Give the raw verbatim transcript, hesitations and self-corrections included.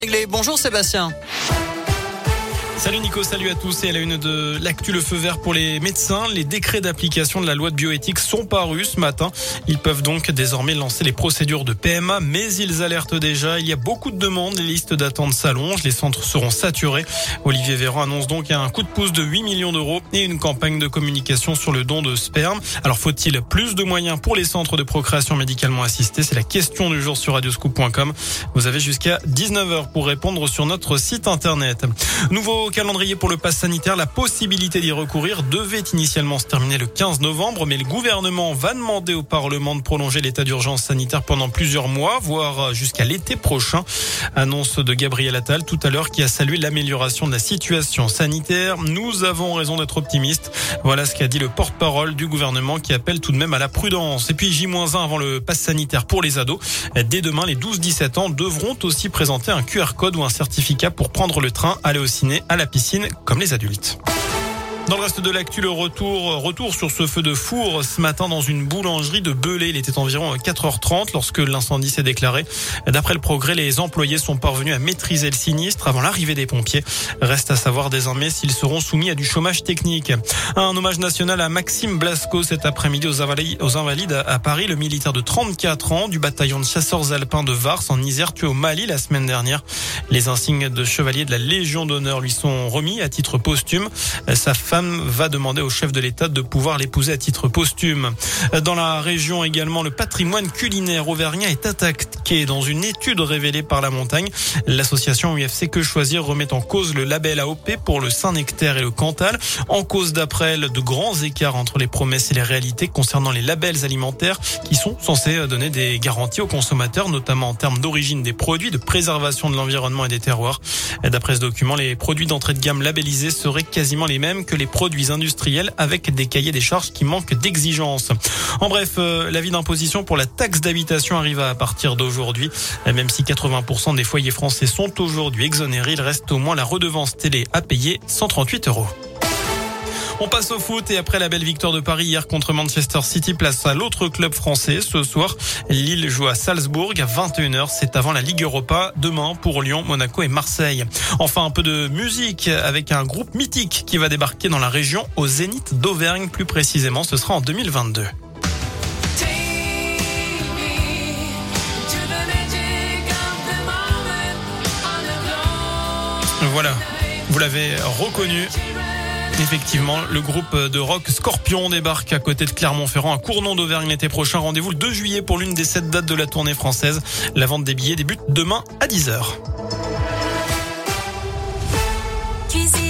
Bonjour Sébastien. Salut Nico, salut à tous. Et à la une de l'actu, le feu vert pour les médecins. Les décrets d'application de la loi de bioéthique sont parus ce matin. Ils peuvent donc désormais lancer les procédures de P M A, mais ils alertent déjà. Il y a beaucoup de demandes, les listes d'attente s'allongent, les centres seront saturés. Olivier Véran annonce donc un coup de pouce de huit millions d'euros et une campagne de communication sur le don de sperme. Alors faut-il plus de moyens pour les centres de procréation médicalement assistée? C'est la question du jour sur radioscoop point com. Vous avez jusqu'à dix-neuf heures pour répondre sur notre site internet. Nouveau calendrier pour le pass sanitaire, la possibilité d'y recourir devait initialement se terminer le quinze novembre, mais le gouvernement va demander au Parlement de prolonger l'état d'urgence sanitaire pendant plusieurs mois, voire jusqu'à l'été prochain. Annonce de Gabriel Attal tout à l'heure qui a salué l'amélioration de la situation sanitaire. Nous avons raison d'être optimistes. Voilà ce qu'a dit le porte-parole du gouvernement qui appelle tout de même à la prudence. Et puis J un avant le pass sanitaire pour les ados. Dès demain, les douze dix-sept ans devront aussi présenter un Q R code ou un certificat pour prendre le train, aller au ciné, à la piscine comme les adultes. Dans le reste de l'actu, le retour, retour sur ce feu de four ce matin dans une boulangerie de Belay. Il était environ quatre heures trente lorsque l'incendie s'est déclaré. D'après le Progrès, les employés sont parvenus à maîtriser le sinistre avant l'arrivée des pompiers. Reste à savoir désormais s'ils seront soumis à du chômage technique. Un hommage national à Maxime Blasco cet après-midi aux Invalides, aux Invalides à Paris. Le militaire de trente-quatre ans du bataillon de chasseurs alpins de Vars en Isère, tué au Mali la semaine dernière. Les insignes de chevalier de la Légion d'honneur lui sont remis à titre posthume. Sa femme va demander au chef de l'État de pouvoir l'épouser à titre posthume. Dans la région également, le patrimoine culinaire auvergnat est attaqué dans une étude révélée par La Montagne. L'association U F C Que Choisir remet en cause le label A O P pour le Saint-Nectaire et le Cantal. En cause d'après elle, de grands écarts entre les promesses et les réalités concernant les labels alimentaires qui sont censés donner des garanties aux consommateurs, notamment en termes d'origine des produits, de préservation de l'environnement et des terroirs. D'après ce document, les produits d'entrée de gamme labellisés seraient quasiment les mêmes que les produits industriels avec des cahiers des charges qui manquent d'exigence. En bref, euh, l'avis d'imposition pour la taxe d'habitation arrive à partir d'aujourd'hui. Même si quatre-vingts pour cent des foyers français sont aujourd'hui exonérés, il reste au moins la redevance télé à payer, cent trente-huit euros. On passe au foot et après la belle victoire de Paris hier contre Manchester City, place à l'autre club français. Ce soir, Lille joue à Salzbourg à vingt et une heures. C'est avant la Ligue Europa. Demain pour Lyon, Monaco et Marseille. Enfin, un peu de musique avec un groupe mythique qui va débarquer dans la région au Zénith d'Auvergne. Plus précisément, ce sera en deux mille vingt-deux. Voilà, vous l'avez reconnu. Effectivement, le groupe de rock Scorpion débarque à côté de Clermont-Ferrand à Cournon d'Auvergne l'été prochain. Rendez-vous le deux juillet pour l'une des sept dates de la tournée française. La vente des billets débute demain à dix heures.